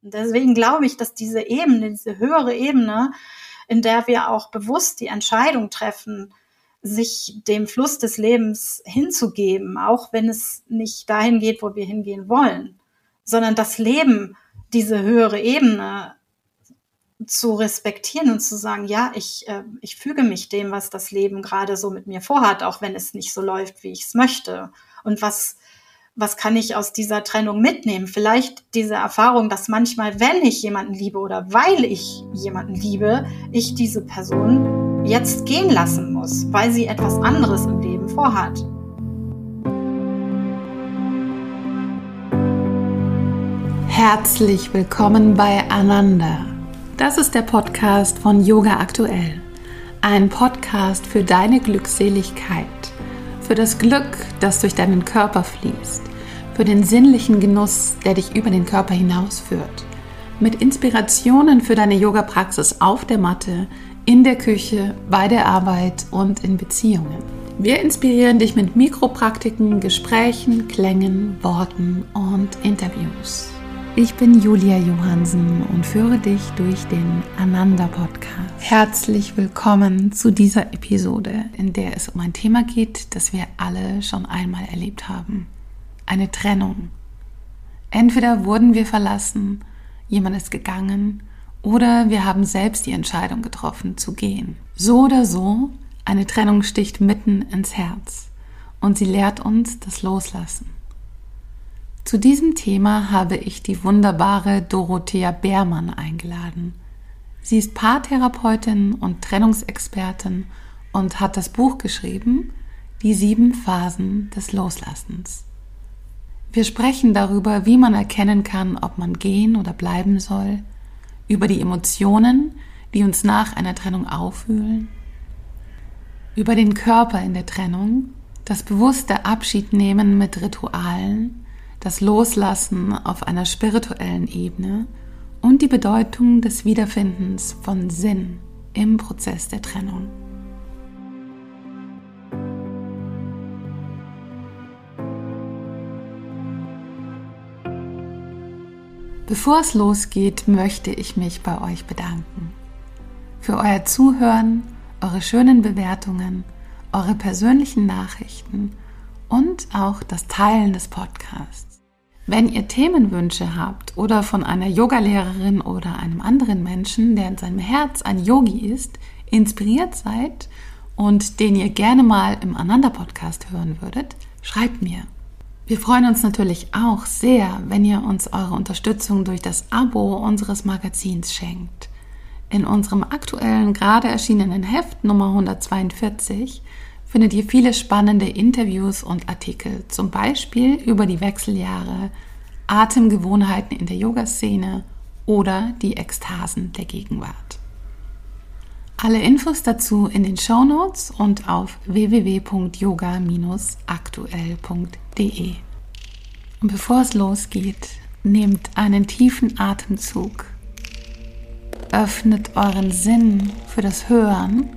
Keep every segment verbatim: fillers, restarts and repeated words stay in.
Und deswegen glaube ich, dass diese Ebene, diese höhere Ebene, in der wir auch bewusst die Entscheidung treffen, sich dem Fluss des Lebens hinzugeben, auch wenn es nicht dahin geht, wo wir hingehen wollen, sondern das Leben, diese höhere Ebene zu respektieren und zu sagen, ja, ich, äh, ich füge mich dem, was das Leben gerade so mit mir vorhat, auch wenn es nicht so läuft, wie ich es möchte. Und was, was kann ich aus dieser Trennung mitnehmen? Vielleicht diese Erfahrung, dass manchmal, wenn ich jemanden liebe oder weil ich jemanden liebe, ich diese Person jetzt gehen lassen muss, weil sie etwas anderes im Leben vorhat. Herzlich willkommen bei Ananda. Das ist der Podcast von Yoga Aktuell. Ein Podcast für deine Glückseligkeit, für das Glück, das durch deinen Körper fließt, für den sinnlichen Genuss, der dich über den Körper hinausführt, mit Inspirationen für deine Yoga-Praxis auf der Matte, in der Küche, bei der Arbeit und in Beziehungen. Wir inspirieren dich mit Mikropraktiken, Gesprächen, Klängen, Worten und Interviews. Ich bin Julia Johansen und führe dich durch den Ananda-Podcast. Herzlich willkommen zu dieser Episode, in der es um ein Thema geht, das wir alle schon einmal erlebt haben. Eine Trennung. Entweder wurden wir verlassen, jemand ist gegangen, oder wir haben selbst die Entscheidung getroffen, zu gehen. So oder so, eine Trennung sticht mitten ins Herz und sie lehrt uns das Loslassen. Zu diesem Thema habe ich die wunderbare Dorothea Beermann eingeladen. Sie ist Paartherapeutin und Trennungsexpertin und hat das Buch geschrieben, Die sieben Phasen des Loslassens. Wir sprechen darüber, wie man erkennen kann, ob man gehen oder bleiben soll, über die Emotionen, die uns nach einer Trennung aufwühlen, über den Körper in der Trennung, das bewusste Abschiednehmen mit Ritualen, das Loslassen auf einer spirituellen Ebene und die Bedeutung des Wiederfindens von Sinn im Prozess der Trennung. Bevor es losgeht, möchte ich mich bei euch bedanken. Für euer Zuhören, eure schönen Bewertungen, eure persönlichen Nachrichten und auch das Teilen des Podcasts. Wenn ihr Themenwünsche habt oder von einer Yogalehrerin oder einem anderen Menschen, der in seinem Herz ein Yogi ist, inspiriert seid und den ihr gerne mal im Ananda-Podcast hören würdet, schreibt mir. Wir freuen uns natürlich auch sehr, wenn ihr uns eure Unterstützung durch das Abo unseres Magazins schenkt. In unserem aktuellen, gerade erschienenen Heft Nummer hundertzweiundvierzig findet ihr viele spannende Interviews und Artikel, zum Beispiel über die Wechseljahre, Atemgewohnheiten in der Yoga-Szene oder die Ekstasen der Gegenwart. Alle Infos dazu in den Shownotes und auf w w w punkt yoga dash aktuell punkt d e. Und bevor es losgeht, nehmt einen tiefen Atemzug, öffnet euren Sinn für das Hören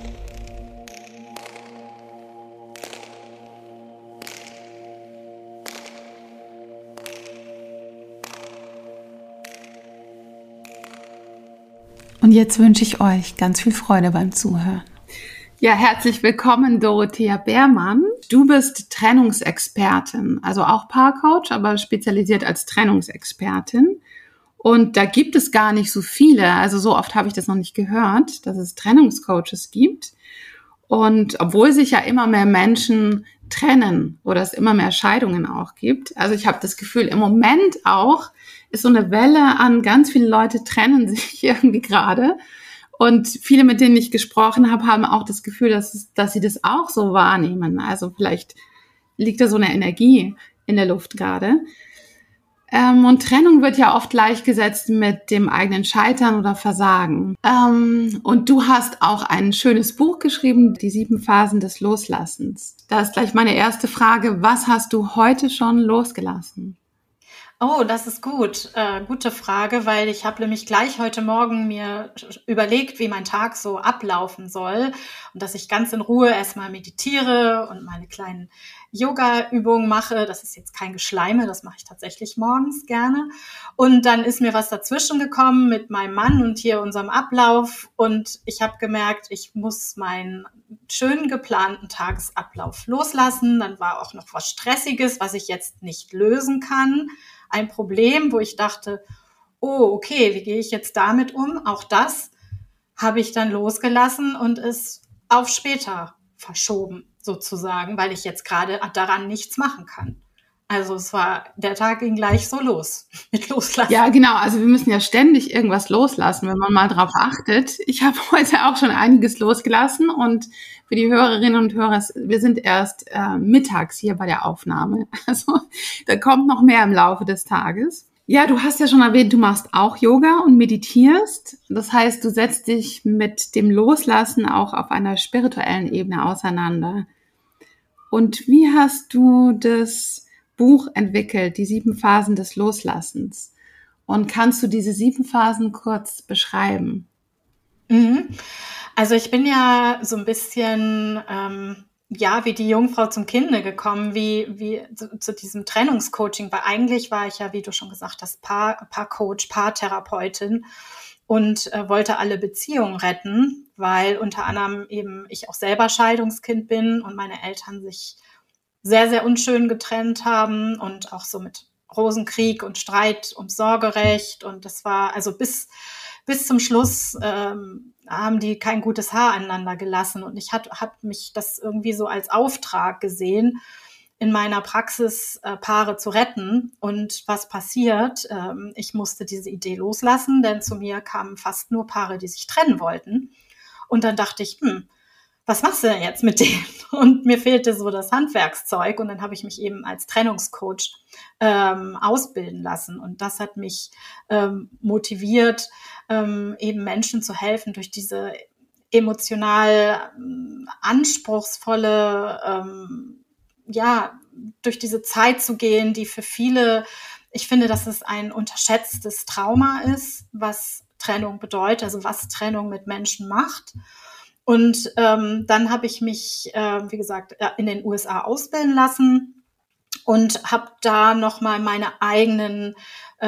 und jetzt wünsche ich euch ganz viel Freude beim Zuhören. Ja, herzlich willkommen, Dorothea Beermann. Du bist Trennungsexpertin, also auch Paarcoach, aber spezialisiert als Trennungsexpertin. Und da gibt es gar nicht so viele, also so oft habe ich das noch nicht gehört, dass es Trennungscoaches gibt. Und obwohl sich ja immer mehr Menschen trennen oder es immer mehr Scheidungen auch gibt, also ich habe das Gefühl, im Moment auch ist so eine Welle an, ganz viele Leute trennen sich irgendwie gerade. Und viele, mit denen ich gesprochen habe, haben auch das Gefühl, dass, es, dass sie das auch so wahrnehmen. Also vielleicht liegt da so eine Energie in der Luft gerade. Ähm, und Trennung wird ja oft gleichgesetzt mit dem eigenen Scheitern oder Versagen. Ähm, und du hast auch ein schönes Buch geschrieben, Die sieben Phasen des Loslassens. Da ist gleich meine erste Frage, was hast du heute schon losgelassen? Oh, das ist gut. Äh, gute Frage, weil ich habe nämlich gleich heute Morgen mir überlegt, wie mein Tag so ablaufen soll und dass ich ganz in Ruhe erstmal meditiere und meine kleinen Yoga-Übungen mache. Das ist jetzt kein Geschleime, das mache ich tatsächlich morgens gerne. Und dann ist mir was dazwischen gekommen mit meinem Mann und hier unserem Ablauf und ich habe gemerkt, ich muss meinen schön geplanten Tagesablauf loslassen. Dann war auch noch was Stressiges, was ich jetzt nicht lösen kann. Ein Problem, wo ich dachte, oh, okay, wie gehe ich jetzt damit um? Auch das habe ich dann losgelassen und es auf später verschoben, sozusagen, weil ich jetzt gerade daran nichts machen kann. Also es war, der Tag ging gleich so los mit Loslassen. Ja, genau. Also wir müssen ja ständig irgendwas loslassen, wenn man mal drauf achtet. Ich habe heute auch schon einiges losgelassen und für die Hörerinnen und Hörer, wir sind erst äh, mittags hier bei der Aufnahme. Also da kommt noch mehr im Laufe des Tages. Ja, du hast ja schon erwähnt, du machst auch Yoga und meditierst. Das heißt, du setzt dich mit dem Loslassen auch auf einer spirituellen Ebene auseinander. Und wie hast du das Buch entwickelt, die sieben Phasen des Loslassens? Und kannst du diese sieben Phasen kurz beschreiben? Mhm. Also ich bin ja so ein bisschen, ähm, ja, wie die Jungfrau zum Kinde gekommen, wie, wie zu, zu diesem Trennungscoaching, weil eigentlich war ich ja, wie du schon gesagt hast, Paar, Paarcoach, Paartherapeutin und äh, wollte alle Beziehungen retten, weil unter anderem eben ich auch selber Scheidungskind bin und meine Eltern sich sehr, sehr unschön getrennt haben und auch so mit Rosenkrieg und Streit ums Sorgerecht und das war also bis bis zum Schluss ähm, haben die kein gutes Haar aneinander gelassen und ich habe hab mich das irgendwie so als Auftrag gesehen, in meiner Praxis äh, Paare zu retten. Und was passiert? Ähm, ich musste diese Idee loslassen, denn zu mir kamen fast nur Paare, die sich trennen wollten. Und dann dachte ich, hm, was machst du denn jetzt mit denen? Und mir fehlte so das Handwerkszeug und dann habe ich mich eben als Trennungscoach ähm, ausbilden lassen und das hat mich ähm, motiviert, ähm, eben Menschen zu helfen durch diese emotional ähm, anspruchsvolle, ähm, ja, durch diese Zeit zu gehen, die für viele, ich finde, dass es ein unterschätztes Trauma ist, was Trennung bedeutet, also was Trennung mit Menschen macht. Und ähm, dann habe ich mich, äh, wie gesagt, in den U S A ausbilden lassen und habe da nochmal meine eigenen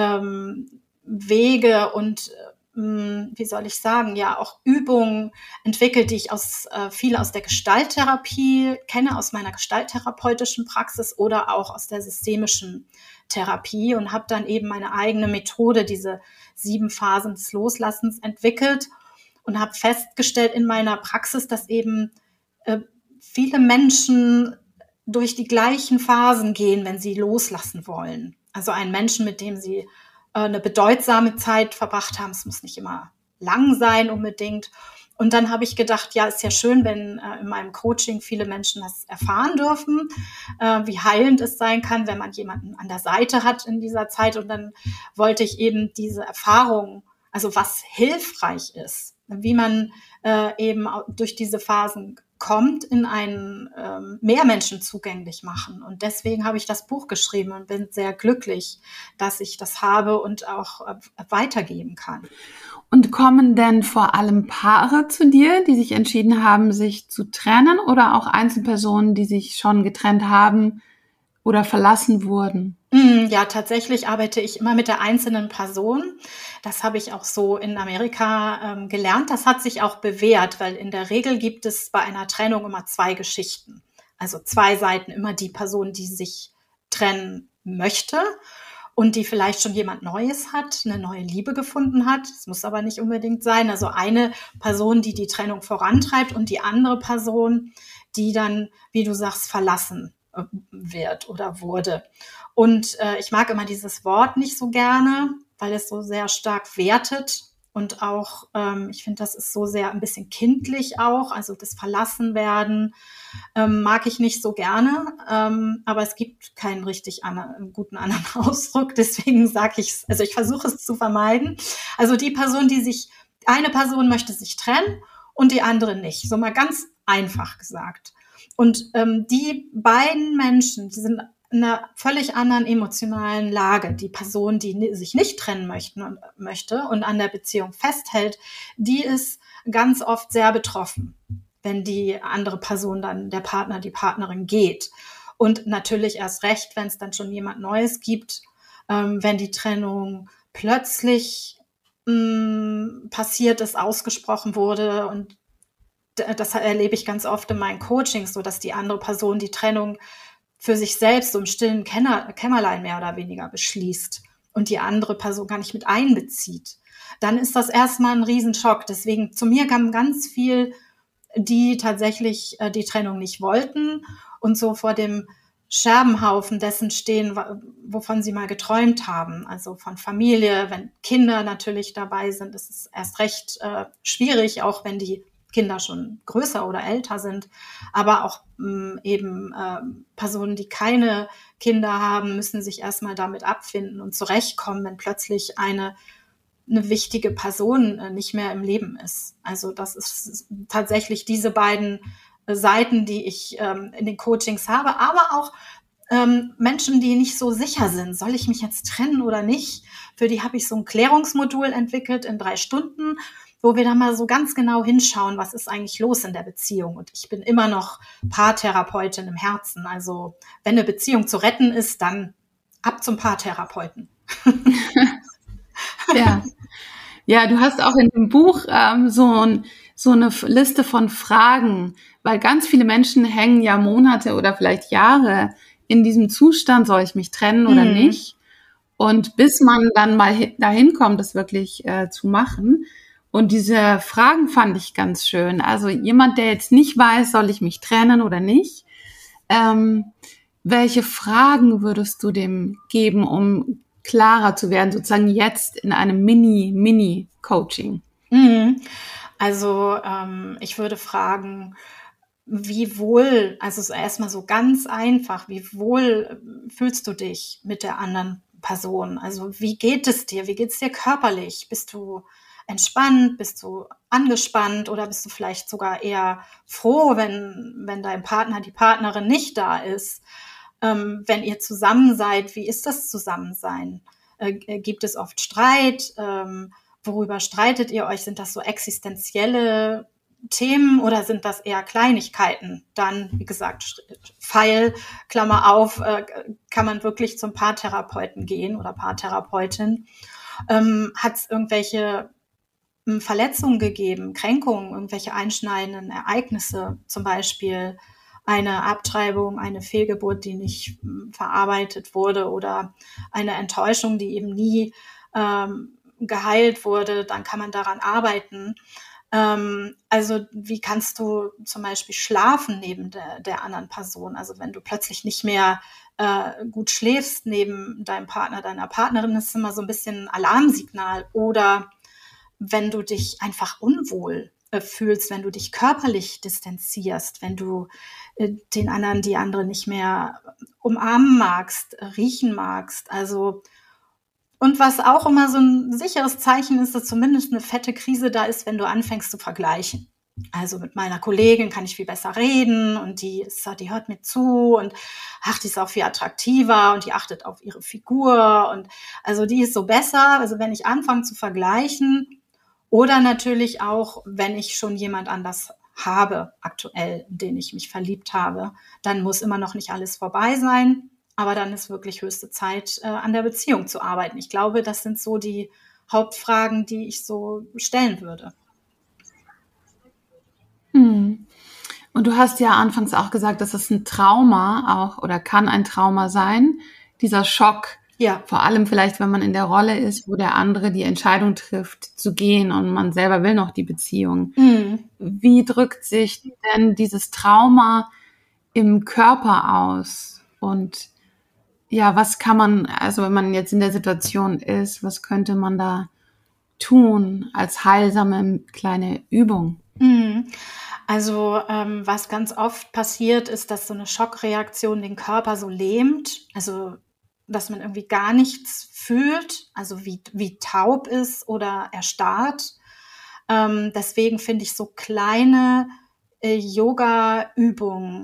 ähm, Wege und ähm, wie soll ich sagen, ja auch Übungen entwickelt, die ich aus äh, viel aus der Gestalttherapie kenne, aus meiner gestalttherapeutischen Praxis oder auch aus der systemischen Therapie und habe dann eben meine eigene Methode, diese sieben Phasen des Loslassens entwickelt. Und habe festgestellt in meiner Praxis, dass eben äh, viele Menschen durch die gleichen Phasen gehen, wenn sie loslassen wollen. Also einen Menschen, mit dem sie äh, eine bedeutsame Zeit verbracht haben. Es muss nicht immer lang sein unbedingt. Und dann habe ich gedacht, ja, ist ja schön, wenn äh, in meinem Coaching viele Menschen das erfahren dürfen, äh, wie heilend es sein kann, wenn man jemanden an der Seite hat in dieser Zeit. Und dann wollte ich eben diese Erfahrung, also was hilfreich ist, wie man äh, eben durch diese Phasen kommt, in einen ähm, mehr Menschen zugänglich machen. Und deswegen habe ich das Buch geschrieben und bin sehr glücklich, dass ich das habe und auch äh, weitergeben kann. Und kommen denn vor allem Paare zu dir, die sich entschieden haben, sich zu trennen oder auch Einzelpersonen, die sich schon getrennt haben oder verlassen wurden? Ja, tatsächlich arbeite ich immer mit der einzelnen Person. Das habe ich auch so in Amerika ähm, gelernt. Das hat sich auch bewährt, weil in der Regel gibt es bei einer Trennung immer zwei Geschichten. Also zwei Seiten, immer die Person, die sich trennen möchte und die vielleicht schon jemand Neues hat, eine neue Liebe gefunden hat. Das muss aber nicht unbedingt sein. Also eine Person, die die Trennung vorantreibt und die andere Person, die dann, wie du sagst, verlassen wird oder wurde. Und äh, ich mag immer dieses Wort nicht so gerne, weil es so sehr stark wertet und auch, ähm, ich finde, das ist so sehr ein bisschen kindlich auch, also das Verlassenwerden ähm, mag ich nicht so gerne, ähm, aber es gibt keinen richtig an, guten anderen Ausdruck, deswegen sage ich es, also ich versuche es zu vermeiden. Also die Person, die sich, eine Person möchte sich trennen und die andere nicht, so mal ganz einfach gesagt. Und ähm, die beiden Menschen, die sind einer völlig anderen emotionalen Lage. Die Person, die sich nicht trennen möchten und, möchte und an der Beziehung festhält, die ist ganz oft sehr betroffen, wenn die andere Person dann, der Partner, die Partnerin geht. Und natürlich erst recht, wenn es dann schon jemand Neues gibt, ähm, wenn die Trennung plötzlich mh, passiert ist, ausgesprochen wurde. Und das erlebe ich ganz oft in meinen Coachings, so dass die andere Person die Trennung für sich selbst so im stillen Kämmerlein mehr oder weniger beschließt und die andere Person gar nicht mit einbezieht. Dann ist das erstmal ein Riesenschock. Deswegen zu mir kamen ganz viel, die tatsächlich äh, die Trennung nicht wollten und so vor dem Scherbenhaufen dessen stehen, wovon sie mal geträumt haben. Also von Familie, wenn Kinder natürlich dabei sind, ist es erst recht äh, schwierig, auch wenn die Kinder schon größer oder älter sind. Aber auch mh, eben äh, Personen, die keine Kinder haben, müssen sich erstmal damit abfinden und zurechtkommen, wenn plötzlich eine eine wichtige Person äh, nicht mehr im Leben ist. Also das ist tatsächlich diese beiden äh, Seiten, die ich ähm, in den Coachings habe, aber auch ähm, Menschen, die nicht so sicher sind, soll ich mich jetzt trennen oder nicht? Für die habe ich so ein Klärungsmodul entwickelt in drei Stunden, wo wir da mal so ganz genau hinschauen, was ist eigentlich los in der Beziehung. Und ich bin immer noch Paartherapeutin im Herzen. Also wenn eine Beziehung zu retten ist, dann ab zum Paartherapeuten. Ja. Ja, du hast auch in dem Buch ähm, so, ein, so eine Liste von Fragen, weil ganz viele Menschen hängen ja Monate oder vielleicht Jahre in diesem Zustand, soll ich mich trennen oder mhm. nicht? Und bis man dann mal dahin kommt, das wirklich äh, zu machen. Und diese Fragen fand ich ganz schön. Also jemand, der jetzt nicht weiß, soll ich mich trennen oder nicht, ähm, welche Fragen würdest du dem geben, um klarer zu werden, sozusagen jetzt in einem Mini-Mini-Coaching? Mhm. Also ähm, ich würde fragen, wie wohl, also erstmal so ganz einfach, wie wohl fühlst du dich mit der anderen Person? Also wie geht es dir? Wie geht es dir körperlich? Bist du entspannt? Bist du angespannt? Oder bist du vielleicht sogar eher froh, wenn, wenn dein Partner, die Partnerin nicht da ist? Ähm, wenn ihr zusammen seid, wie ist das Zusammensein? Äh, gibt es oft Streit? Ähm, worüber streitet ihr euch? Sind das so existenzielle Themen oder sind das eher Kleinigkeiten? Dann, wie gesagt, Pfeil, Klammer auf, äh, kann man wirklich zum Paartherapeuten gehen oder Paartherapeutin. Ähm, hat es irgendwelche ähm, Verletzungen gegeben, Kränkungen, irgendwelche einschneidenden Ereignisse, zum Beispiel eine Abtreibung, eine Fehlgeburt, die nicht ähm, verarbeitet wurde oder eine Enttäuschung, die eben nie ähm, geheilt wurde, dann kann man daran arbeiten. Ähm, also wie kannst du zum Beispiel schlafen neben der, der anderen Person? Also wenn du plötzlich nicht mehr äh, gut schläfst neben deinem Partner, deiner Partnerin, ist immer so ein bisschen ein Alarmsignal. Oder wenn du dich einfach unwohl äh, fühlst, wenn du dich körperlich distanzierst, wenn du äh, den anderen, die andere nicht mehr umarmen magst, äh, riechen magst. Also und was auch immer so ein sicheres Zeichen ist, dass zumindest eine fette Krise da ist, wenn du anfängst zu vergleichen. Also mit meiner Kollegin kann ich viel besser reden und die ist, die hört mir zu und ach, die ist auch viel attraktiver und die achtet auf ihre Figur und also die ist so besser. Also wenn ich anfange zu vergleichen oder natürlich auch, wenn ich schon jemand anders habe, aktuell, in den ich mich verliebt habe, dann muss immer noch nicht alles vorbei sein. Aber dann ist wirklich höchste Zeit, äh, an der Beziehung zu arbeiten. Ich glaube, das sind so die Hauptfragen, die ich so stellen würde. Hm. Und du hast ja anfangs auch gesagt, dass es ein Trauma auch oder kann ein Trauma sein, dieser Schock. Ja. Vor allem vielleicht, wenn man in der Rolle ist, wo der andere die Entscheidung trifft, zu gehen und man selber will noch die Beziehung. Mhm. Wie drückt sich denn dieses Trauma im Körper aus? Und ja, was kann man, also wenn man jetzt in der Situation ist, was könnte man da tun als heilsame kleine Übung? Also ähm, was ganz oft passiert, ist, dass so eine Schockreaktion den Körper so lähmt, also dass man irgendwie gar nichts fühlt, also wie, wie taub ist oder erstarrt. Ähm, deswegen finde ich so kleine äh, Yoga-Übungen,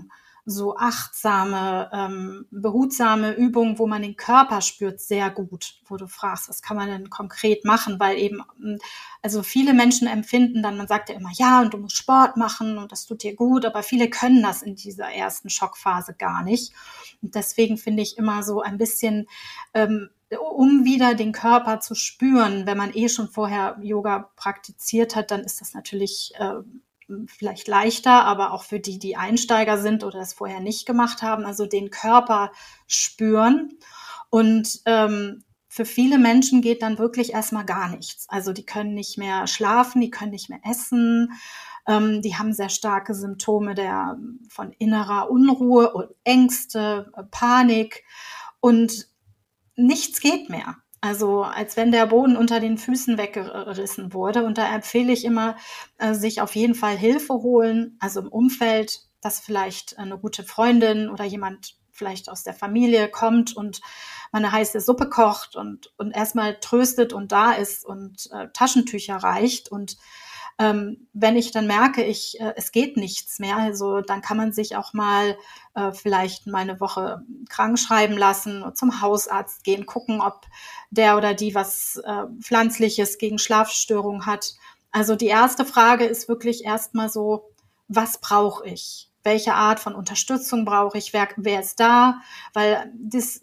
so achtsame, ähm, behutsame Übungen, wo man den Körper spürt, sehr gut, wo du fragst, was kann man denn konkret machen, weil eben, also viele Menschen empfinden dann, man sagt ja immer, ja, und du musst Sport machen und das tut dir gut, aber viele können das in dieser ersten Schockphase gar nicht. Und deswegen finde ich immer so ein bisschen, ähm, um wieder den Körper zu spüren, wenn man eh schon vorher Yoga praktiziert hat, dann ist das natürlich äh, vielleicht leichter, aber auch für die, die Einsteiger sind oder es vorher nicht gemacht haben, also den Körper spüren. Und ähm, für viele Menschen geht dann wirklich erstmal gar nichts. Also die können nicht mehr schlafen, die können nicht mehr essen, ähm, die haben sehr starke Symptome der, von innerer Unruhe und Ängste, Panik und nichts geht mehr. Also als wenn der Boden unter den Füßen weggerissen wurde. Und da empfehle ich immer, äh, sich auf jeden Fall Hilfe holen, also im Umfeld, dass vielleicht eine gute Freundin oder jemand vielleicht aus der Familie kommt und man eine heiße Suppe kocht und, und erstmal tröstet und da ist und äh, Taschentücher reicht. Und ähm, wenn ich dann merke, ich, äh, es geht nichts mehr, also dann kann man sich auch mal äh, vielleicht mal eine Woche krank schreiben lassen und zum Hausarzt gehen, gucken, ob der oder die was äh, Pflanzliches gegen Schlafstörungen hat. Also die erste Frage ist wirklich erstmal so, was brauche ich? Welche Art von Unterstützung brauche ich? Wer, wer ist da? Weil das,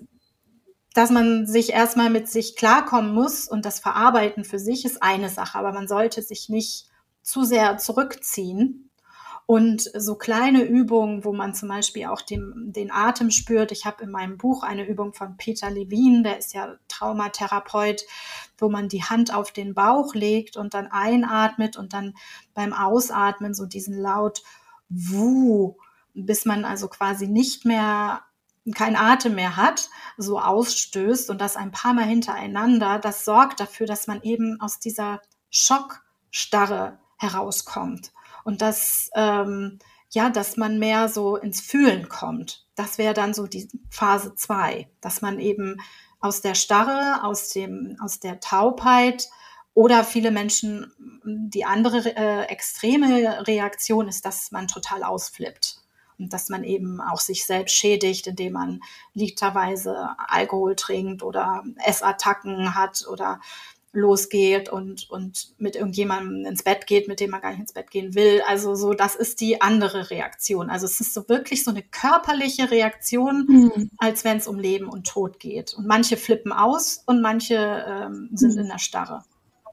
dass man sich erstmal mit sich klarkommen muss und das Verarbeiten für sich ist eine Sache, aber man sollte sich nicht zu sehr zurückziehen. Und so kleine Übungen, wo man zum Beispiel auch den, den Atem spürt. Ich habe in meinem Buch eine Übung von Peter Levine, der ist ja Traumatherapeut, wo man die Hand auf den Bauch legt und dann einatmet und dann beim Ausatmen so diesen Laut Wuh, bis man also quasi nicht mehr, kein Atem mehr hat, so ausstößt und das ein paar Mal hintereinander. Das sorgt dafür, dass man eben aus dieser Schockstarre herauskommt. Und dass, ähm, ja, dass man mehr so ins Fühlen kommt. Das wäre dann so die Phase zwei, dass man eben aus der Starre, aus dem, aus der Taubheit oder viele Menschen, die andere äh, extreme Reaktion ist, dass man total ausflippt. Und dass man eben auch sich selbst schädigt, indem man literweise Alkohol trinkt oder Essattacken hat oder losgeht und, und mit irgendjemandem ins Bett geht, mit dem man gar nicht ins Bett gehen will. Also so, das ist die andere Reaktion. Also es ist so wirklich so eine körperliche Reaktion, mhm. als wenn es um Leben und Tod geht. Und manche flippen aus und manche ähm, sind mhm. in der Starre.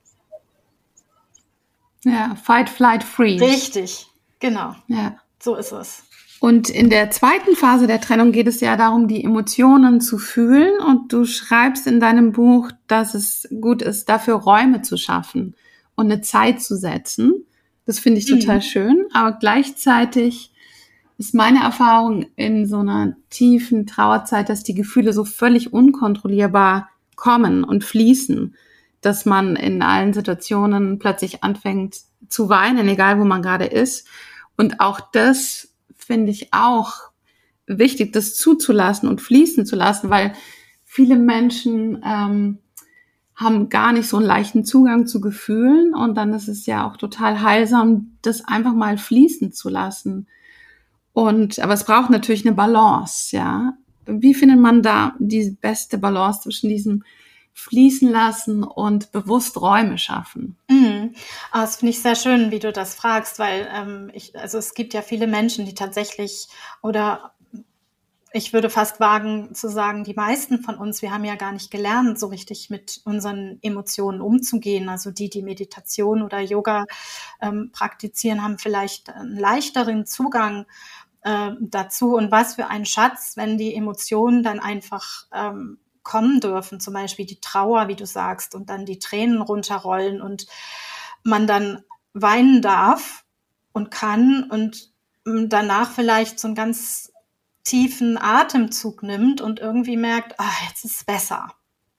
Ja, fight, flight, freeze. Richtig, genau. Ja. So ist es. Und in der zweiten Phase der Trennung geht es ja darum, die Emotionen zu fühlen. Und du schreibst in deinem Buch, dass es gut ist, dafür Räume zu schaffen und eine Zeit zu setzen. Das finde ich total mhm. schön. Aber gleichzeitig ist meine Erfahrung in so einer tiefen Trauerzeit, dass die Gefühle so völlig unkontrollierbar kommen und fließen, dass man in allen Situationen plötzlich anfängt zu weinen, egal wo man gerade ist. Und auch das finde ich auch wichtig, das zuzulassen und fließen zu lassen, weil viele Menschen ähm, haben gar nicht so einen leichten Zugang zu Gefühlen und dann ist es ja auch total heilsam, das einfach mal fließen zu lassen. Und aber es braucht natürlich eine Balance, ja. Wie findet man da die beste Balance zwischen diesem fließen lassen und bewusst Räume schaffen? Mhm. Ah, das finde ich sehr schön, wie du das fragst, weil ähm, ich, also es gibt ja viele Menschen, die tatsächlich, oder ich würde fast wagen zu sagen, die meisten von uns, wir haben ja gar nicht gelernt, so richtig mit unseren Emotionen umzugehen. Also die, die Meditation oder Yoga ähm, praktizieren, haben vielleicht einen leichteren Zugang äh, dazu. Und was für ein Schatz, wenn die Emotionen dann einfach ähm, kommen dürfen, zum Beispiel die Trauer, wie du sagst, und dann die Tränen runterrollen und man dann weinen darf und kann und danach vielleicht so einen ganz tiefen Atemzug nimmt und irgendwie merkt, ah, jetzt ist es besser.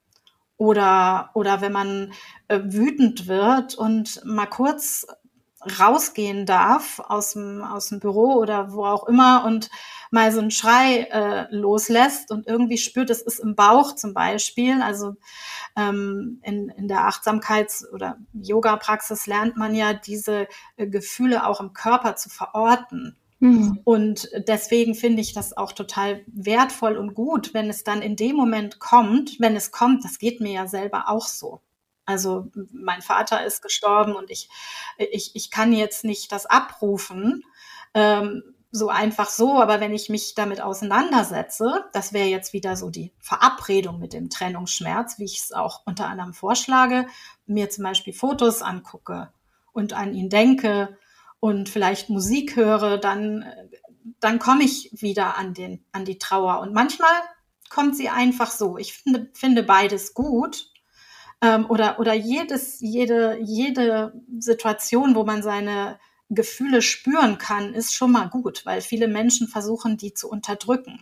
Oder, oder wenn man äh, wütend wird und mal kurz rausgehen darf aus dem, aus dem Büro oder wo auch immer und mal so einen Schrei äh, loslässt und irgendwie spürt, es ist im Bauch zum Beispiel. Also ähm, in, in der Achtsamkeits- oder Yoga-Praxis lernt man ja, diese äh, Gefühle auch im Körper zu verorten. Mhm. Und deswegen finde ich das auch total wertvoll und gut, wenn es dann in dem Moment kommt, wenn es kommt, das geht mir ja selber auch so. Also mein Vater ist gestorben und ich, ich, ich kann jetzt nicht das abrufen, ähm, so einfach so, aber wenn ich mich damit auseinandersetze, das wäre jetzt wieder so die Verabredung mit dem Trennungsschmerz, wie ich es auch unter anderem vorschlage, mir zum Beispiel Fotos angucke und an ihn denke und vielleicht Musik höre, dann, dann komme ich wieder an den, an die Trauer. Und manchmal kommt sie einfach so. Ich finde, finde beides gut. Ähm, oder, oder jedes, jede, jede Situation, wo man seine Gefühle spüren kann, ist schon mal gut, weil viele Menschen versuchen, die zu unterdrücken.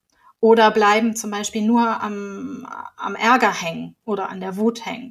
Oder bleiben zum Beispiel nur am, am Ärger hängen oder an der Wut hängen.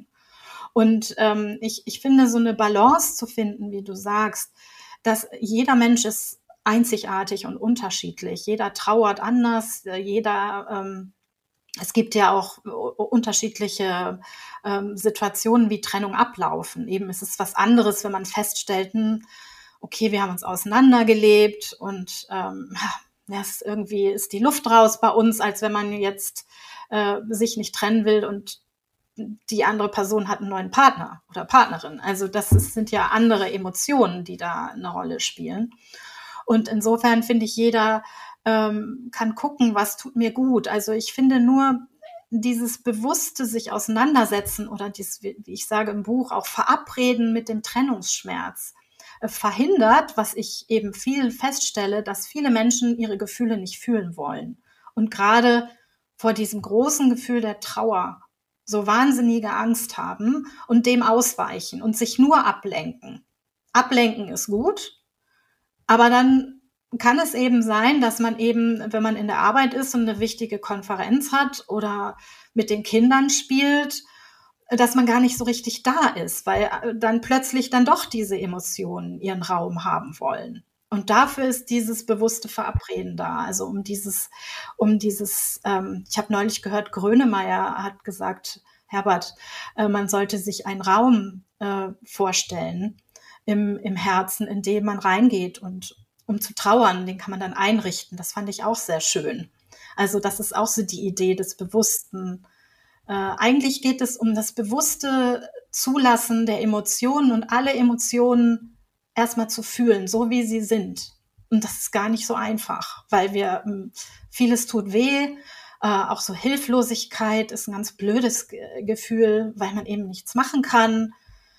Und ähm, ich, ich finde, so eine Balance zu finden, wie du sagst, dass jeder Mensch ist einzigartig und unterschiedlich. Jeder trauert anders, jeder, ähm, es gibt ja auch unterschiedliche ähm, Situationen, wie Trennung ablaufen. Eben ist es was anderes, wenn man feststellt, hm, okay, wir haben uns auseinandergelebt und ähm, ja, es ist irgendwie ist die Luft raus bei uns, als wenn man jetzt äh, sich nicht trennen will und die andere Person hat einen neuen Partner oder Partnerin. Also das ist, sind ja andere Emotionen, die da eine Rolle spielen. Und insofern finde ich, jeder ähm, kann gucken, was tut mir gut. Also ich finde nur dieses bewusste sich auseinandersetzen oder dieses, wie ich sage im Buch, auch verabreden mit dem Trennungsschmerz äh, verhindert, was ich eben viel feststelle, dass viele Menschen ihre Gefühle nicht fühlen wollen. Und gerade vor diesem großen Gefühl der Trauer so wahnsinnige Angst haben und dem ausweichen und sich nur ablenken. Ablenken ist gut, aber dann kann es eben sein, dass man eben, wenn man in der Arbeit ist und eine wichtige Konferenz hat oder mit den Kindern spielt, dass man gar nicht so richtig da ist, weil dann plötzlich dann doch diese Emotionen ihren Raum haben wollen. Und dafür ist dieses bewusste Verabreden da. Also um dieses, um dieses, ähm, ich habe neulich gehört, Grönemeyer hat gesagt, Herbert, äh, man sollte sich einen Raum äh, vorstellen im, im Herzen, in den man reingeht und um zu trauern, den kann man dann einrichten. Das fand ich auch sehr schön. Also das ist auch so die Idee des bewussten. Äh, eigentlich geht es um das bewusste Zulassen der Emotionen und alle Emotionen erstmal zu fühlen, so wie sie sind. Und das ist gar nicht so einfach, weil wir, vieles tut weh, äh, auch so Hilflosigkeit ist ein ganz blödes Ge- Gefühl, weil man eben nichts machen kann.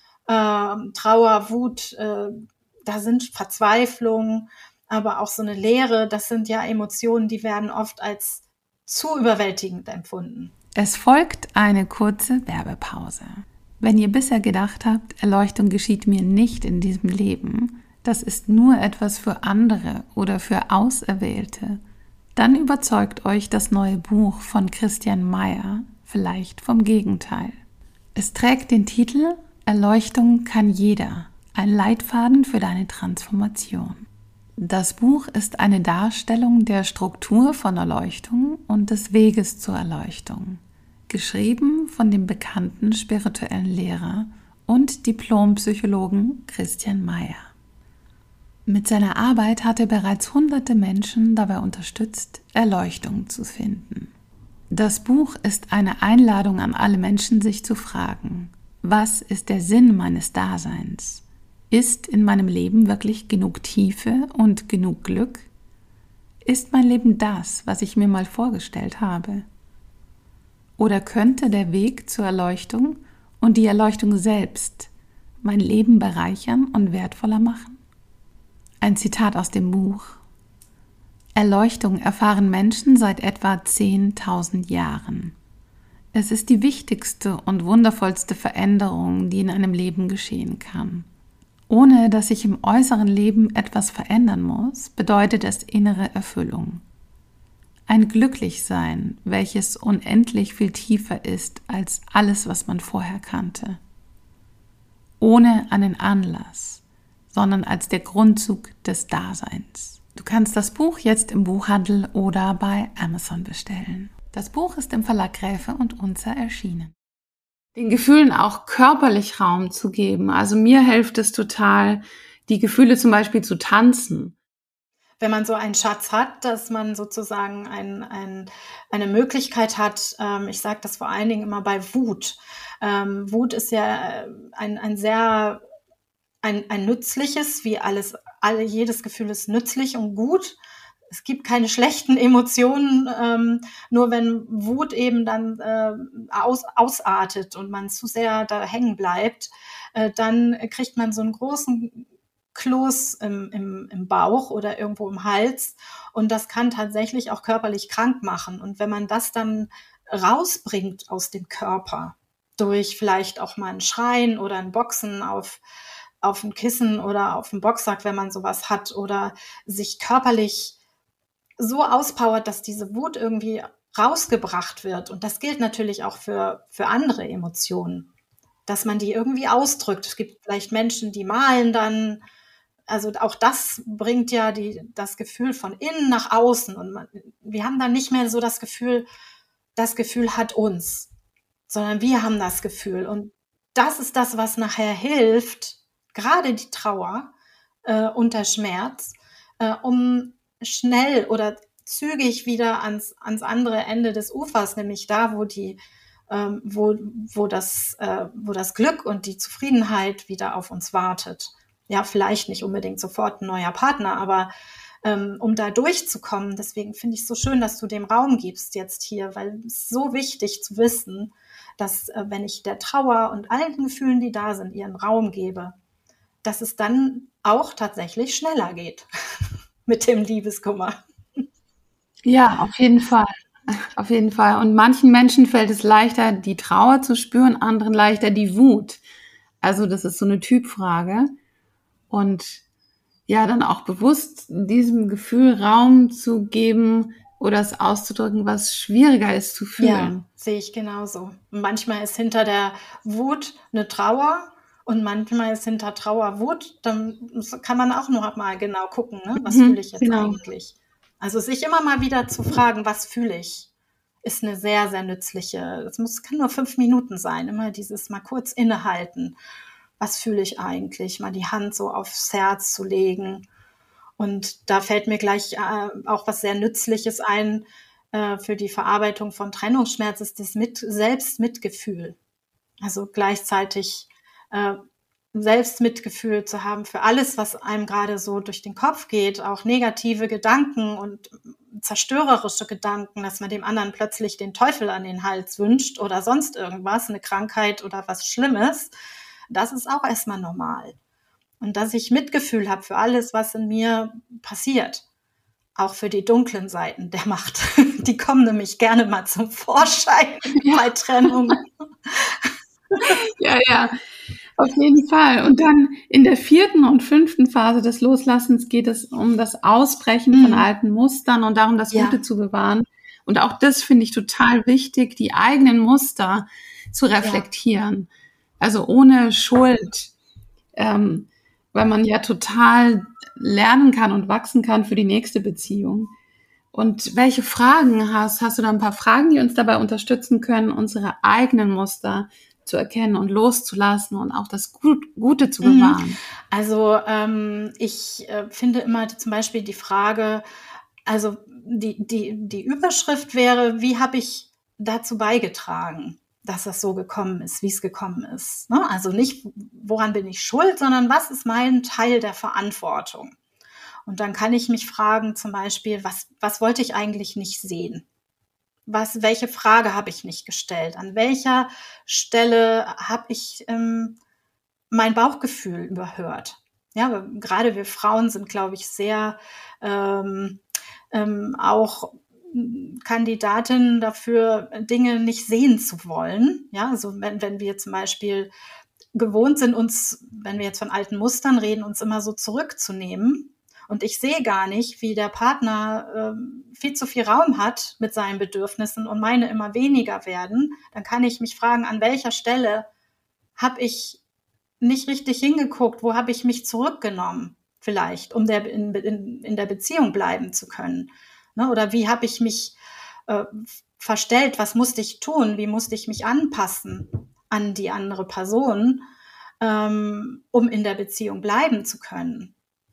Äh, Trauer, Wut, äh, da sind Verzweiflung, aber auch so eine Leere, das sind ja Emotionen, die werden oft als zu überwältigend empfunden. Es folgt eine kurze Werbepause. Wenn ihr bisher gedacht habt, Erleuchtung geschieht mir nicht in diesem Leben, das ist nur etwas für andere oder für Auserwählte, dann überzeugt euch das neue Buch von Christian Meyer vielleicht vom Gegenteil. Es trägt den Titel Erleuchtung kann jeder, ein Leitfaden für deine Transformation. Das Buch ist eine Darstellung der Struktur von Erleuchtung und des Weges zur Erleuchtung. Geschrieben von dem bekannten spirituellen Lehrer und Diplompsychologen Christian Meyer. Mit seiner Arbeit hat er bereits hunderte Menschen dabei unterstützt, Erleuchtung zu finden. Das Buch ist eine Einladung an alle Menschen, sich zu fragen: Was ist der Sinn meines Daseins? Ist in meinem Leben wirklich genug Tiefe und genug Glück? Ist mein Leben das, was ich mir mal vorgestellt habe? Oder könnte der Weg zur Erleuchtung und die Erleuchtung selbst mein Leben bereichern und wertvoller machen? Ein Zitat aus dem Buch: Erleuchtung erfahren Menschen seit etwa zehntausend Jahren. Es ist die wichtigste und wundervollste Veränderung, die in einem Leben geschehen kann. Ohne dass sich im äußeren Leben etwas verändern muss, bedeutet es innere Erfüllung. Ein Glücklichsein, welches unendlich viel tiefer ist als alles, was man vorher kannte. Ohne einen Anlass, sondern als der Grundzug des Daseins. Du kannst das Buch jetzt im Buchhandel oder bei Amazon bestellen. Das Buch ist im Verlag Gräfe und Unzer erschienen. Den Gefühlen auch körperlich Raum zu geben. Also mir hilft es total, die Gefühle zum Beispiel zu tanzen. wenn man so einen Schatz hat, dass man sozusagen ein, ein, eine Möglichkeit hat, ähm, ich sage das vor allen Dingen immer bei Wut. Ähm, Wut ist ja ein, ein sehr, ein, ein nützliches, wie alles, alle, jedes Gefühl ist nützlich und gut. Es gibt keine schlechten Emotionen, ähm, nur wenn Wut eben dann äh, aus, ausartet und man zu sehr da hängen bleibt, äh, dann kriegt man so einen großen Kloß im, im, im Bauch oder irgendwo im Hals und das kann tatsächlich auch körperlich krank machen. Und wenn man das dann rausbringt aus dem Körper, durch vielleicht auch mal ein Schreien oder ein Boxen auf, auf ein Kissen oder auf einen Boxsack, wenn man sowas hat, oder sich körperlich so auspowert, dass diese Wut irgendwie rausgebracht wird. Und das gilt natürlich auch für, für andere Emotionen, dass man die irgendwie ausdrückt. Es gibt vielleicht Menschen, die malen dann. Also auch das bringt ja die, das Gefühl von innen nach außen. Und man, wir haben dann nicht mehr so das Gefühl, das Gefühl hat uns, sondern wir haben das Gefühl. Und das ist das, was nachher hilft, gerade die Trauer äh, und der Schmerz, äh, um schnell oder zügig wieder ans, ans andere Ende des Ufers, nämlich da, wo die, ähm, wo, wo das, äh, wo das Glück und die Zufriedenheit wieder auf uns wartet. Ja, vielleicht nicht unbedingt sofort ein neuer Partner, aber ähm, um da durchzukommen, deswegen finde ich es so schön, dass du dem Raum gibst jetzt hier, weil es ist so wichtig zu wissen, dass äh, wenn ich der Trauer und allen Gefühlen, die da sind, ihren Raum gebe, dass es dann auch tatsächlich schneller geht mit dem Liebeskummer. Ja, auf jeden Fall. Auf jeden Fall. Und manchen Menschen fällt es leichter, die Trauer zu spüren, anderen leichter die Wut. Also das ist so eine Typfrage. Und ja, dann auch bewusst diesem Gefühl Raum zu geben oder es auszudrücken, was schwieriger ist zu fühlen. Ja, sehe ich genauso. Manchmal ist hinter der Wut eine Trauer und manchmal ist hinter Trauer Wut. Dann kann man auch noch mal genau gucken, ne? Was Mhm, fühle ich jetzt genau. eigentlich? Also sich immer mal wieder zu fragen, was fühle ich, ist eine sehr, sehr nützliche, es muss, kann nur fünf Minuten sein, immer dieses mal kurz innehalten. Was fühle ich eigentlich? Mal die Hand so aufs Herz zu legen. Und da fällt mir gleich äh, auch was sehr Nützliches ein äh, für die Verarbeitung von Trennungsschmerz, ist das mit, Selbstmitgefühl. Also gleichzeitig äh, Selbstmitgefühl zu haben für alles, was einem gerade so durch den Kopf geht, auch negative Gedanken und zerstörerische Gedanken, dass man dem anderen plötzlich den Teufel an den Hals wünscht oder sonst irgendwas, eine Krankheit oder was Schlimmes. Das ist auch erstmal normal. Und dass ich Mitgefühl habe für alles, was in mir passiert. Auch für die dunklen Seiten der Macht. Die kommen nämlich gerne mal zum Vorschein Ja. bei Trennung. Ja, ja, auf jeden Fall. Und dann in der vierten und fünften Phase des Loslassens geht es um das Ausbrechen Mhm. von alten Mustern und darum, das Ja. Gute zu bewahren. Und auch das finde ich total wichtig, die eigenen Muster zu reflektieren. Also ohne Schuld, ähm, weil man ja total lernen kann und wachsen kann für die nächste Beziehung. Und welche Fragen hast? Hast du da ein paar Fragen, die uns dabei unterstützen können, unsere eigenen Muster zu erkennen und loszulassen und auch das Gut, Gute zu bewahren? Also ähm, ich äh, finde immer die, zum Beispiel die Frage, also die, die, die Überschrift wäre, wie habe ich dazu beigetragen, dass das so gekommen ist, wie es gekommen ist. Ne? Also nicht, woran bin ich schuld, sondern was ist mein Teil der Verantwortung? Und dann kann ich mich fragen, zum Beispiel, was, was wollte ich eigentlich nicht sehen? Was, welche Frage habe ich nicht gestellt? An welcher Stelle habe ich ähm, mein Bauchgefühl überhört? Ja, aber gerade wir Frauen sind, glaube ich, sehr ähm, ähm, auch Kandidatinnen dafür, Dinge nicht sehen zu wollen. Ja, also wenn, wenn wir zum Beispiel gewohnt sind, uns, wenn wir jetzt von alten Mustern reden, uns immer so zurückzunehmen. Und ich sehe gar nicht, wie der Partner ähm, viel zu viel Raum hat mit seinen Bedürfnissen und meine immer weniger werden. Dann kann ich mich fragen, an welcher Stelle habe ich nicht richtig hingeguckt, wo habe ich mich zurückgenommen vielleicht, um der, in, in, in der Beziehung bleiben zu können. Ne? Oder wie habe ich mich äh, verstellt, was musste ich tun, wie musste ich mich anpassen an die andere Person, ähm, um in der Beziehung bleiben zu können.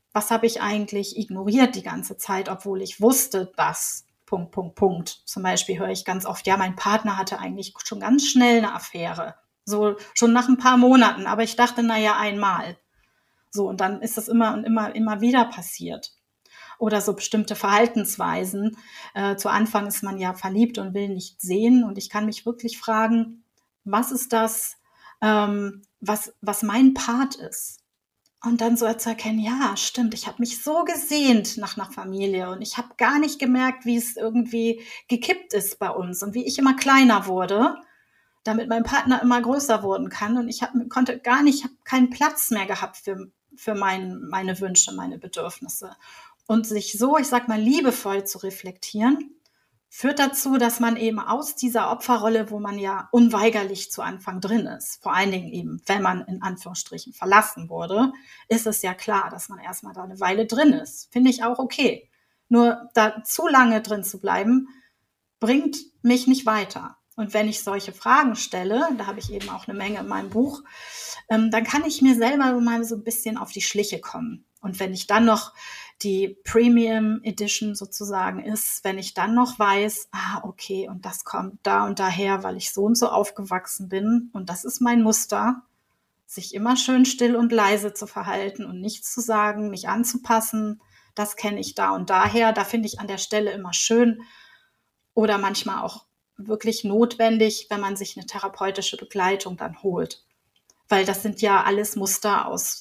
was habe ich eigentlich ignoriert die ganze Zeit, obwohl ich wusste, dass Punkt, Punkt, Punkt. Zum Beispiel höre ich ganz oft, ja, mein Partner hatte eigentlich schon ganz schnell eine Affäre. So schon nach ein paar Monaten. Aber ich dachte, naja, einmal. So, und dann ist das immer und immer, immer wieder passiert. Oder so bestimmte Verhaltensweisen. Äh, zu Anfang ist man ja verliebt und will nicht sehen. Und ich kann mich wirklich fragen, was ist das, ähm, was, was mein Part ist? Und dann so zu erkennen, ja, stimmt, ich habe mich so gesehnt nach einer Familie und ich habe gar nicht gemerkt, wie es irgendwie gekippt ist bei uns und wie ich immer kleiner wurde, damit mein Partner immer größer werden kann. Und ich hab, konnte gar nicht, habe keinen Platz mehr gehabt für, für mein, meine Wünsche, meine Bedürfnisse. Und sich so, ich sag mal, liebevoll zu reflektieren, führt dazu, dass man eben aus dieser Opferrolle, wo man ja unweigerlich zu Anfang drin ist, vor allen Dingen eben, wenn man in Anführungsstrichen verlassen wurde, ist es ja klar, dass man erstmal da eine Weile drin ist. Finde ich auch okay. Nur da zu lange drin zu bleiben, bringt mich nicht weiter. Und wenn ich solche Fragen stelle, da habe ich eben auch eine Menge in meinem Buch, ähm, dann kann ich mir selber mal so ein bisschen auf die Schliche kommen. Und wenn ich dann noch die Premium Edition sozusagen ist, wenn ich dann noch weiß, ah, okay, und das kommt da und daher, weil ich so und so aufgewachsen bin und das ist mein Muster, sich immer schön still und leise zu verhalten und nichts zu sagen, mich anzupassen, das kenne ich da und daher, da finde ich an der Stelle immer schön oder manchmal auch wirklich notwendig, wenn man sich eine therapeutische Begleitung dann holt. Weil das sind ja alles Muster aus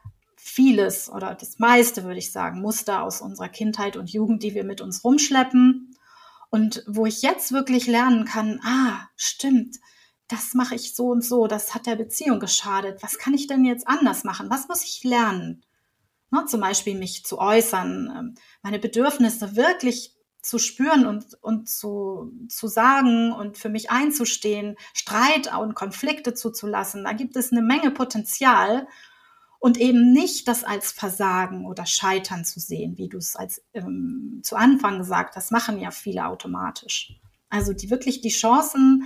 vieles oder das meiste, würde ich sagen, Muster aus unserer Kindheit und Jugend, die wir mit uns rumschleppen und wo ich jetzt wirklich lernen kann, ah, stimmt, das mache ich so und so, das hat der Beziehung geschadet. Was kann ich denn jetzt anders machen? Was muss ich lernen? Ne, zum Beispiel mich zu äußern, meine Bedürfnisse wirklich zu spüren und, und zu, zu sagen und für mich einzustehen, Streit und Konflikte zuzulassen. Da gibt es eine Menge Potenzial und eben nicht das als Versagen oder Scheitern zu sehen, wie du es als ähm, zu Anfang gesagt hast, machen ja viele automatisch. Also die wirklich die Chancen,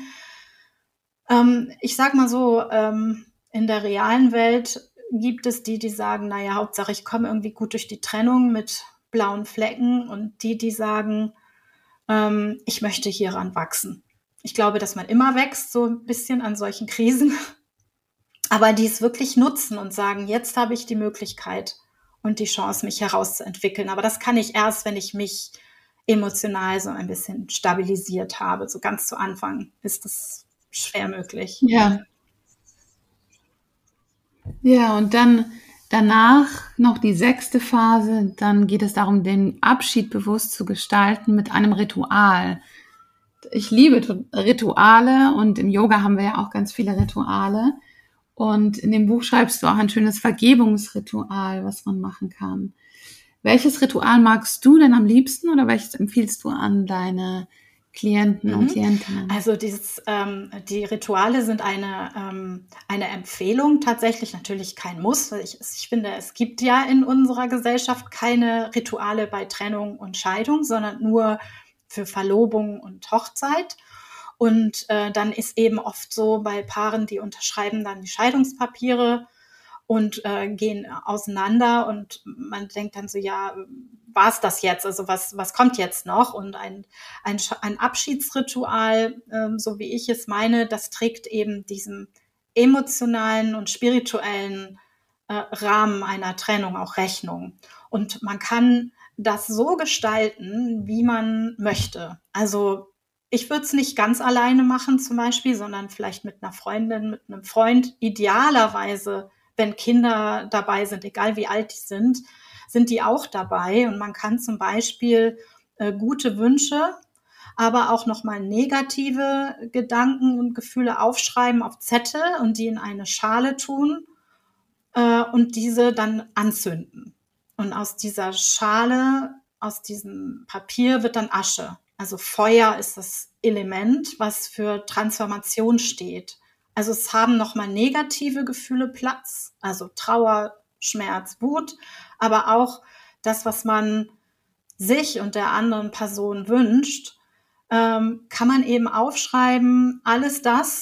ähm, ich sag mal so, ähm, in der realen Welt gibt es die, die sagen, naja, Hauptsache ich komme irgendwie gut durch die Trennung mit blauen Flecken und die, die sagen, ähm, ich möchte hieran wachsen. Ich glaube, dass man immer wächst, so ein bisschen an solchen Krisen, aber die es wirklich nutzen und sagen, jetzt habe ich die Möglichkeit und die Chance, mich herauszuentwickeln. Aber das kann ich erst, wenn ich mich emotional so ein bisschen stabilisiert habe. So ganz zu Anfang ist das schwer möglich. Ja. Ja, und dann danach noch die sechste Phase, dann geht es darum, den Abschied bewusst zu gestalten mit einem Ritual. Ich liebe Rituale und im Yoga haben wir ja auch ganz viele Rituale. Und in dem Buch schreibst du auch ein schönes Vergebungsritual, was man machen kann. Welches Ritual magst du denn am liebsten oder welches empfiehlst du an deine Klienten und Klientinnen? Also dieses, ähm, die Rituale sind eine, ähm, eine Empfehlung, tatsächlich natürlich kein Muss. Ich, ich finde, es gibt ja in unserer Gesellschaft keine Rituale bei Trennung und Scheidung, sondern nur für Verlobung und Hochzeit. Und äh, dann ist eben oft so bei Paaren, die unterschreiben dann die Scheidungspapiere und äh, gehen auseinander und man denkt dann so, ja, war es das jetzt? Also was, was kommt jetzt noch? Und ein, ein, ein Abschiedsritual, ähm, so wie ich es meine, das trägt eben diesem emotionalen und spirituellen äh, Rahmen einer Trennung auch Rechnung. Und man kann das so gestalten, wie man möchte. Also ich würde es nicht ganz alleine machen zum Beispiel, sondern vielleicht mit einer Freundin, mit einem Freund, idealerweise, wenn Kinder dabei sind, egal wie alt die sind, sind die auch dabei. Und man kann zum Beispiel äh, gute Wünsche, aber auch nochmal negative Gedanken und Gefühle aufschreiben auf Zettel und die in eine Schale tun äh, und diese dann anzünden. Und aus dieser Schale, aus diesem Papier wird dann Asche. Also Feuer ist das Element, was für Transformation steht. Also es haben nochmal negative Gefühle Platz, also Trauer, Schmerz, Wut, aber auch das, was man sich und der anderen Person wünscht, ähm, kann man eben aufschreiben, alles das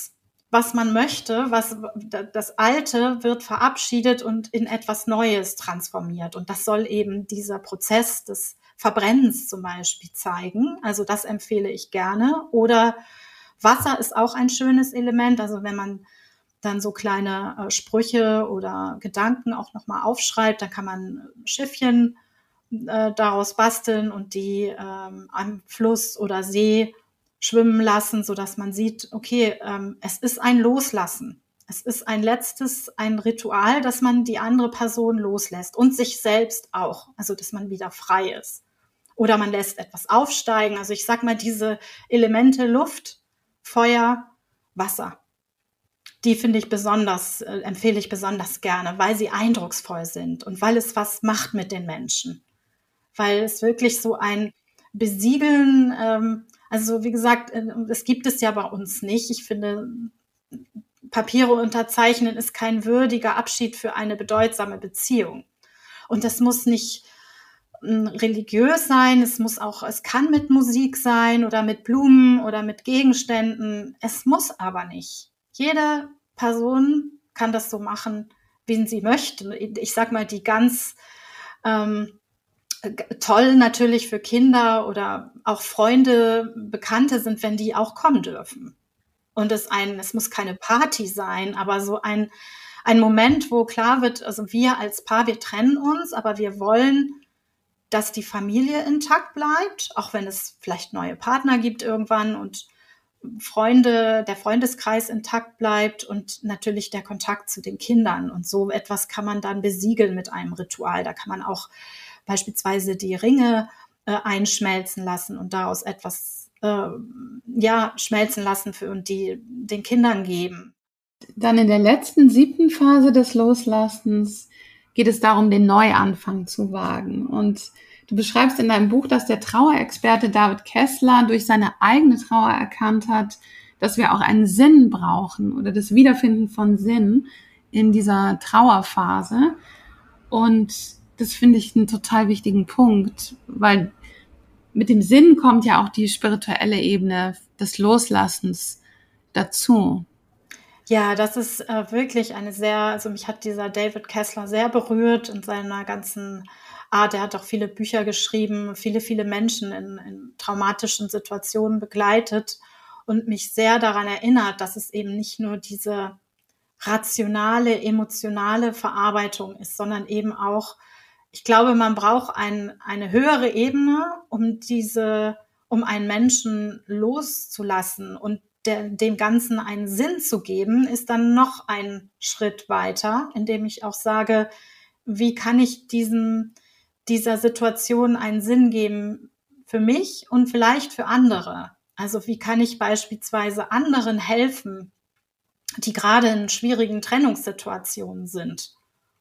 was man möchte, was das Alte wird verabschiedet und in etwas Neues transformiert. Und das soll eben dieser Prozess des Verbrennens zum Beispiel zeigen. Also das empfehle ich gerne. Oder Wasser ist auch ein schönes Element. Also wenn man dann so kleine äh, Sprüche oder Gedanken auch nochmal aufschreibt, dann kann man Schiffchen äh, daraus basteln und die ähm, am Fluss oder See schwimmen lassen, sodass man sieht, okay, ähm, es ist ein Loslassen. Es ist ein letztes, ein Ritual, dass man die andere Person loslässt und sich selbst auch, also dass man wieder frei ist. Oder man lässt etwas aufsteigen. Also ich sag mal, diese Elemente Luft, Feuer, Wasser, die finde ich besonders, äh, empfehle ich besonders gerne, weil sie eindrucksvoll sind und weil es was macht mit den Menschen. Weil es wirklich so ein Besiegeln, ähm, also wie gesagt, das gibt es ja bei uns nicht. Ich finde, Papiere unterzeichnen ist kein würdiger Abschied für eine bedeutsame Beziehung. Und das muss nicht religiös sein, es muss auch, es kann mit Musik sein oder mit Blumen oder mit Gegenständen. Es muss aber nicht. Jede Person kann das so machen, wie sie möchte. Ich sag mal, die ganz ähm, toll natürlich für Kinder oder auch Freunde, Bekannte sind, wenn die auch kommen dürfen. Und es ein, es muss keine Party sein, aber so ein, ein Moment, wo klar wird, also wir als Paar, wir trennen uns, aber wir wollen, dass die Familie intakt bleibt, auch wenn es vielleicht neue Partner gibt irgendwann und Freunde, der Freundeskreis intakt bleibt und natürlich der Kontakt zu den Kindern. Und so etwas kann man dann besiegeln mit einem Ritual. Da kann man auch beispielsweise die Ringe äh, einschmelzen lassen und daraus etwas äh, ja, schmelzen lassen für, und die den Kindern geben. Dann in der letzten, siebten Phase des Loslassens geht es darum, den Neuanfang zu wagen. Und du beschreibst in deinem Buch, dass der Trauerexperte David Kessler durch seine eigene Trauer erkannt hat, dass wir auch einen Sinn brauchen oder das Wiederfinden von Sinn in dieser Trauerphase. Und das finde ich einen total wichtigen Punkt, weil mit dem Sinn kommt ja auch die spirituelle Ebene des Loslassens dazu. Ja, das ist äh, wirklich eine sehr, also mich hat dieser David Kessler sehr berührt in seiner ganzen Art. Er hat auch viele Bücher geschrieben, viele, viele Menschen in, in traumatischen Situationen begleitet und mich sehr daran erinnert, dass es eben nicht nur diese rationale, emotionale Verarbeitung ist, sondern eben auch, ich glaube, man braucht ein, eine höhere Ebene, um diese, um einen Menschen loszulassen und der, dem Ganzen einen Sinn zu geben, ist dann noch ein Schritt weiter, indem ich auch sage, wie kann ich diesem, dieser Situation einen Sinn geben für mich und vielleicht für andere? Also wie kann ich beispielsweise anderen helfen, die gerade in schwierigen Trennungssituationen sind?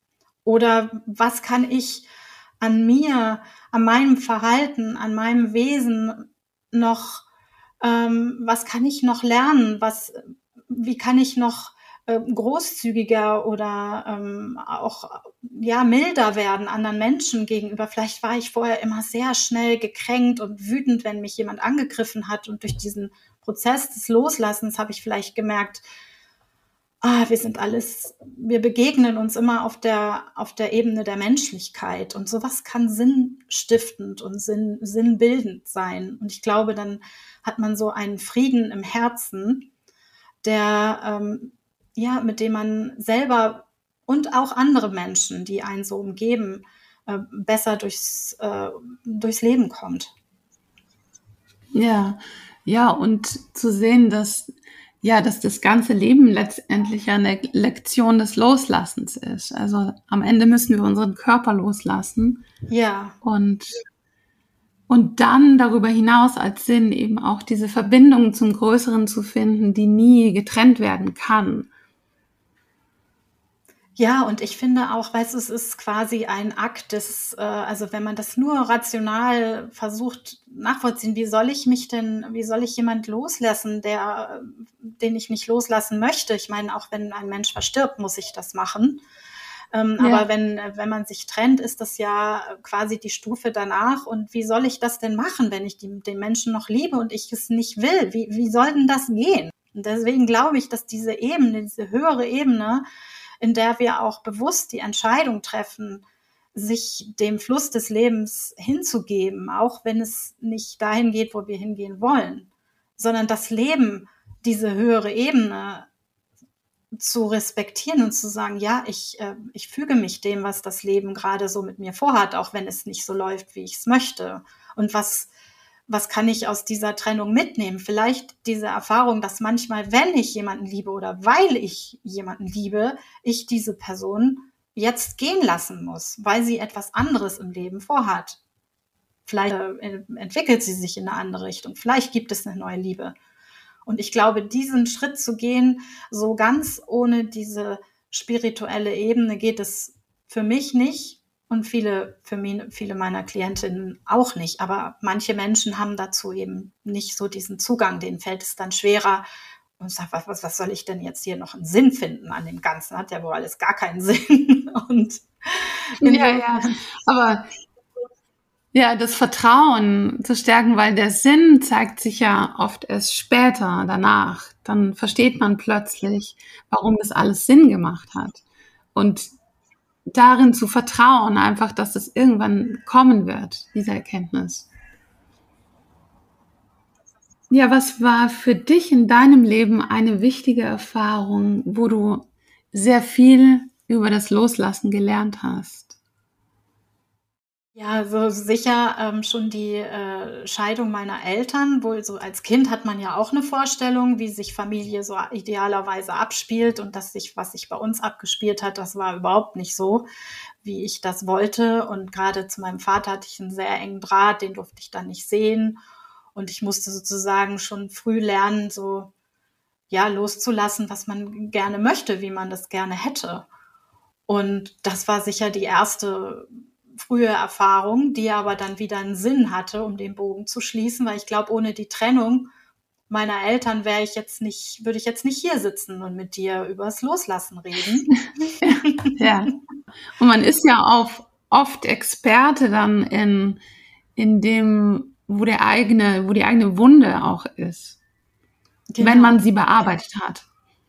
Oder was kann ich an mir, an meinem Verhalten, an meinem Wesen noch, ähm, was kann ich noch lernen? Was, wie kann ich noch äh, großzügiger oder ähm, auch ja milder werden anderen Menschen gegenüber? Vielleicht war ich vorher immer sehr schnell gekränkt und wütend, wenn mich jemand angegriffen hat. Und durch diesen Prozess des Loslassens habe ich vielleicht gemerkt, ah, wir sind alles, wir begegnen uns immer auf der, auf der Ebene der Menschlichkeit. Und sowas kann sinnstiftend und sinn, sinnbildend sein. Und ich glaube, dann hat man so einen Frieden im Herzen, der, ähm, ja, mit dem man selber und auch andere Menschen, die einen so umgeben, äh, besser durchs, äh, durchs Leben kommt. Ja, ja, und zu sehen, dass ja, dass das ganze Leben letztendlich eine Lektion des Loslassens ist. Also am Ende müssen wir unseren Körper loslassen. Ja. Und, und dann darüber hinaus als Sinn eben auch diese Verbindung zum Größeren zu finden, die nie getrennt werden kann. Ja, und ich finde auch, weißt du, es ist quasi ein Akt des, äh, also wenn man das nur rational versucht nachvollziehen, wie soll ich mich denn, wie soll ich jemand loslassen, der, den ich nicht loslassen möchte? Ich meine, auch wenn ein Mensch verstirbt, muss ich das machen. Ähm, ja. Aber wenn, wenn man sich trennt, ist das ja quasi die Stufe danach. Und wie soll ich das denn machen, wenn ich die, den Menschen noch liebe und ich es nicht will? Wie, wie soll denn das gehen? Und deswegen glaube ich, dass diese Ebene, diese höhere Ebene, in der wir auch bewusst die Entscheidung treffen, sich dem Fluss des Lebens hinzugeben, auch wenn es nicht dahin geht, wo wir hingehen wollen, sondern das Leben, diese höhere Ebene zu respektieren und zu sagen, ja, ich, äh, ich füge mich dem, was das Leben gerade so mit mir vorhat, auch wenn es nicht so läuft, wie ich es möchte. Und was, was kann ich aus dieser Trennung mitnehmen? Vielleicht diese Erfahrung, dass manchmal, wenn ich jemanden liebe oder weil ich jemanden liebe, ich diese Person jetzt gehen lassen muss, weil sie etwas anderes im Leben vorhat. Vielleicht äh, entwickelt sie sich in eine andere Richtung. Vielleicht gibt es eine neue Liebe. Und ich glaube, diesen Schritt zu gehen, so ganz ohne diese spirituelle Ebene, geht es für mich nicht und viele, für mich, viele meiner Klientinnen auch nicht. Aber manche Menschen haben dazu eben nicht so diesen Zugang, denen fällt es dann schwerer und sagt, was, was, was soll ich denn jetzt hier noch einen Sinn finden an dem Ganzen? Hat ja wohl alles gar keinen Sinn. Und ja, ja, aber ja, das Vertrauen zu stärken, weil der Sinn zeigt sich ja oft erst später, danach. Dann versteht man plötzlich, warum das alles Sinn gemacht hat. Und darin zu vertrauen, einfach, dass es irgendwann kommen wird, diese Erkenntnis. Ja, was war für dich in deinem Leben eine wichtige Erfahrung, wo du sehr viel über das Loslassen gelernt hast? Ja, so sicher ähm, schon die äh, Scheidung meiner Eltern. Wohl so als Kind hat man ja auch eine Vorstellung, wie sich Familie so idealerweise abspielt und dass sich, was sich bei uns abgespielt hat, das war überhaupt nicht so, wie ich das wollte. Und gerade zu meinem Vater hatte ich einen sehr engen Draht, den durfte ich dann nicht sehen. Und ich musste sozusagen schon früh lernen, so ja loszulassen, was man gerne möchte, wie man das gerne hätte. Und das war sicher die erste frühe Erfahrung, die aber dann wieder einen Sinn hatte, um den Bogen zu schließen, weil ich glaube, ohne die Trennung meiner Eltern wäre ich jetzt nicht, würde ich jetzt nicht hier sitzen und mit dir übers Loslassen reden. Ja. Und man ist ja auch oft Experte dann in, in dem, wo der eigene, wo die eigene Wunde auch ist. Genau. Wenn man sie bearbeitet hat.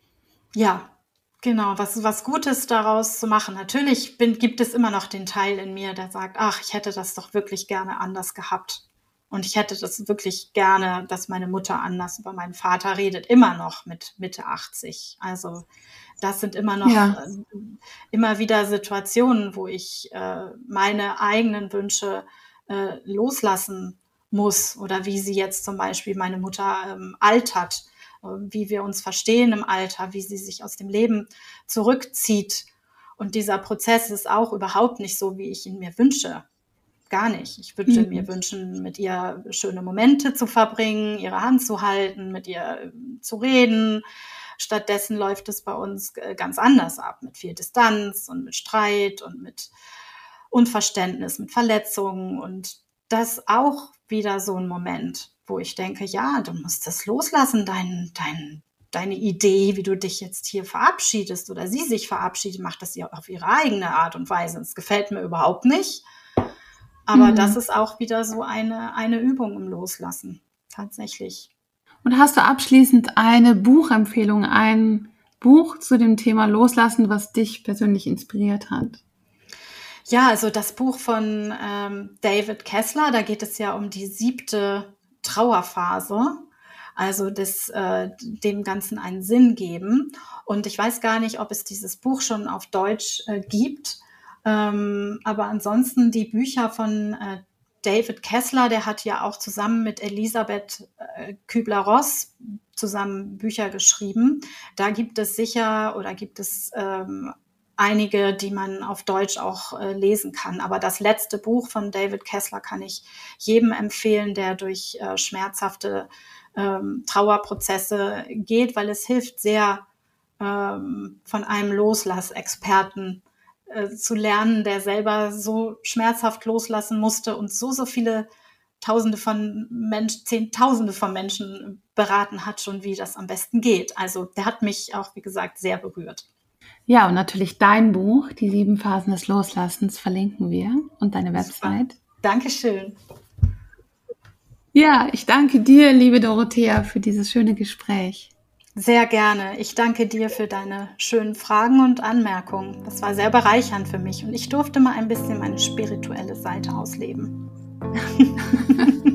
Ja. Genau, was, was Gutes daraus zu machen. Natürlich bin, gibt es immer noch den Teil in mir, der sagt, ach, ich hätte das doch wirklich gerne anders gehabt. Und ich hätte das wirklich gerne, dass meine Mutter anders über meinen Vater redet, immer noch mit Mitte achtzig. Also das sind immer noch ja. äh, immer wieder Situationen, wo ich äh, meine eigenen Wünsche äh, loslassen muss oder wie sie jetzt zum Beispiel meine Mutter ähm, altert, wie wir uns verstehen im Alter, wie sie sich aus dem Leben zurückzieht. Und dieser Prozess ist auch überhaupt nicht so, wie ich ihn mir wünsche. Gar nicht. Ich würde mhm. mir wünschen, mit ihr schöne Momente zu verbringen, ihre Hand zu halten, mit ihr zu reden. Stattdessen läuft es bei uns ganz anders ab, mit viel Distanz und mit Streit und mit Unverständnis, mit Verletzungen. Und das auch wieder so ein Moment, wo ich denke, ja, du musst das loslassen, dein, dein, deine Idee, wie du dich jetzt hier verabschiedest oder sie sich verabschiedet, macht das auf ihre eigene Art und Weise. Es gefällt mir überhaupt nicht. Aber mhm. das ist auch wieder so eine, eine Übung im Loslassen, tatsächlich. Und hast du abschließend eine Buchempfehlung, ein Buch zu dem Thema Loslassen, was dich persönlich inspiriert hat? Ja, also das Buch von ähm, David Kessler, da geht es ja um die siebte Trauerphase, also das, äh, dem Ganzen einen Sinn geben. Und ich weiß gar nicht, ob es dieses Buch schon auf Deutsch äh, gibt, ähm, aber ansonsten die Bücher von äh, David Kessler, der hat ja auch zusammen mit Elisabeth äh, Kübler-Ross zusammen Bücher geschrieben. Da gibt es sicher oder gibt es ähm, einige, die man auf Deutsch auch äh, lesen kann. Aber das letzte Buch von David Kessler kann ich jedem empfehlen, der durch äh, schmerzhafte ähm, Trauerprozesse geht, weil es hilft sehr, ähm, von einem Loslassexperten äh, zu lernen, der selber so schmerzhaft loslassen musste und so, so viele Tausende von Menschen, Zehntausende von Menschen beraten hat schon, wie das am besten geht. Also der hat mich auch, wie gesagt, sehr berührt. Ja, und natürlich dein Buch, die sieben Phasen des Loslassens, verlinken wir und deine Website. Super. Dankeschön. Ja, ich danke dir, liebe Dorothea, für dieses schöne Gespräch. Sehr gerne. Ich danke dir für deine schönen Fragen und Anmerkungen. Das war sehr bereichernd für mich und ich durfte mal ein bisschen meine spirituelle Seite ausleben.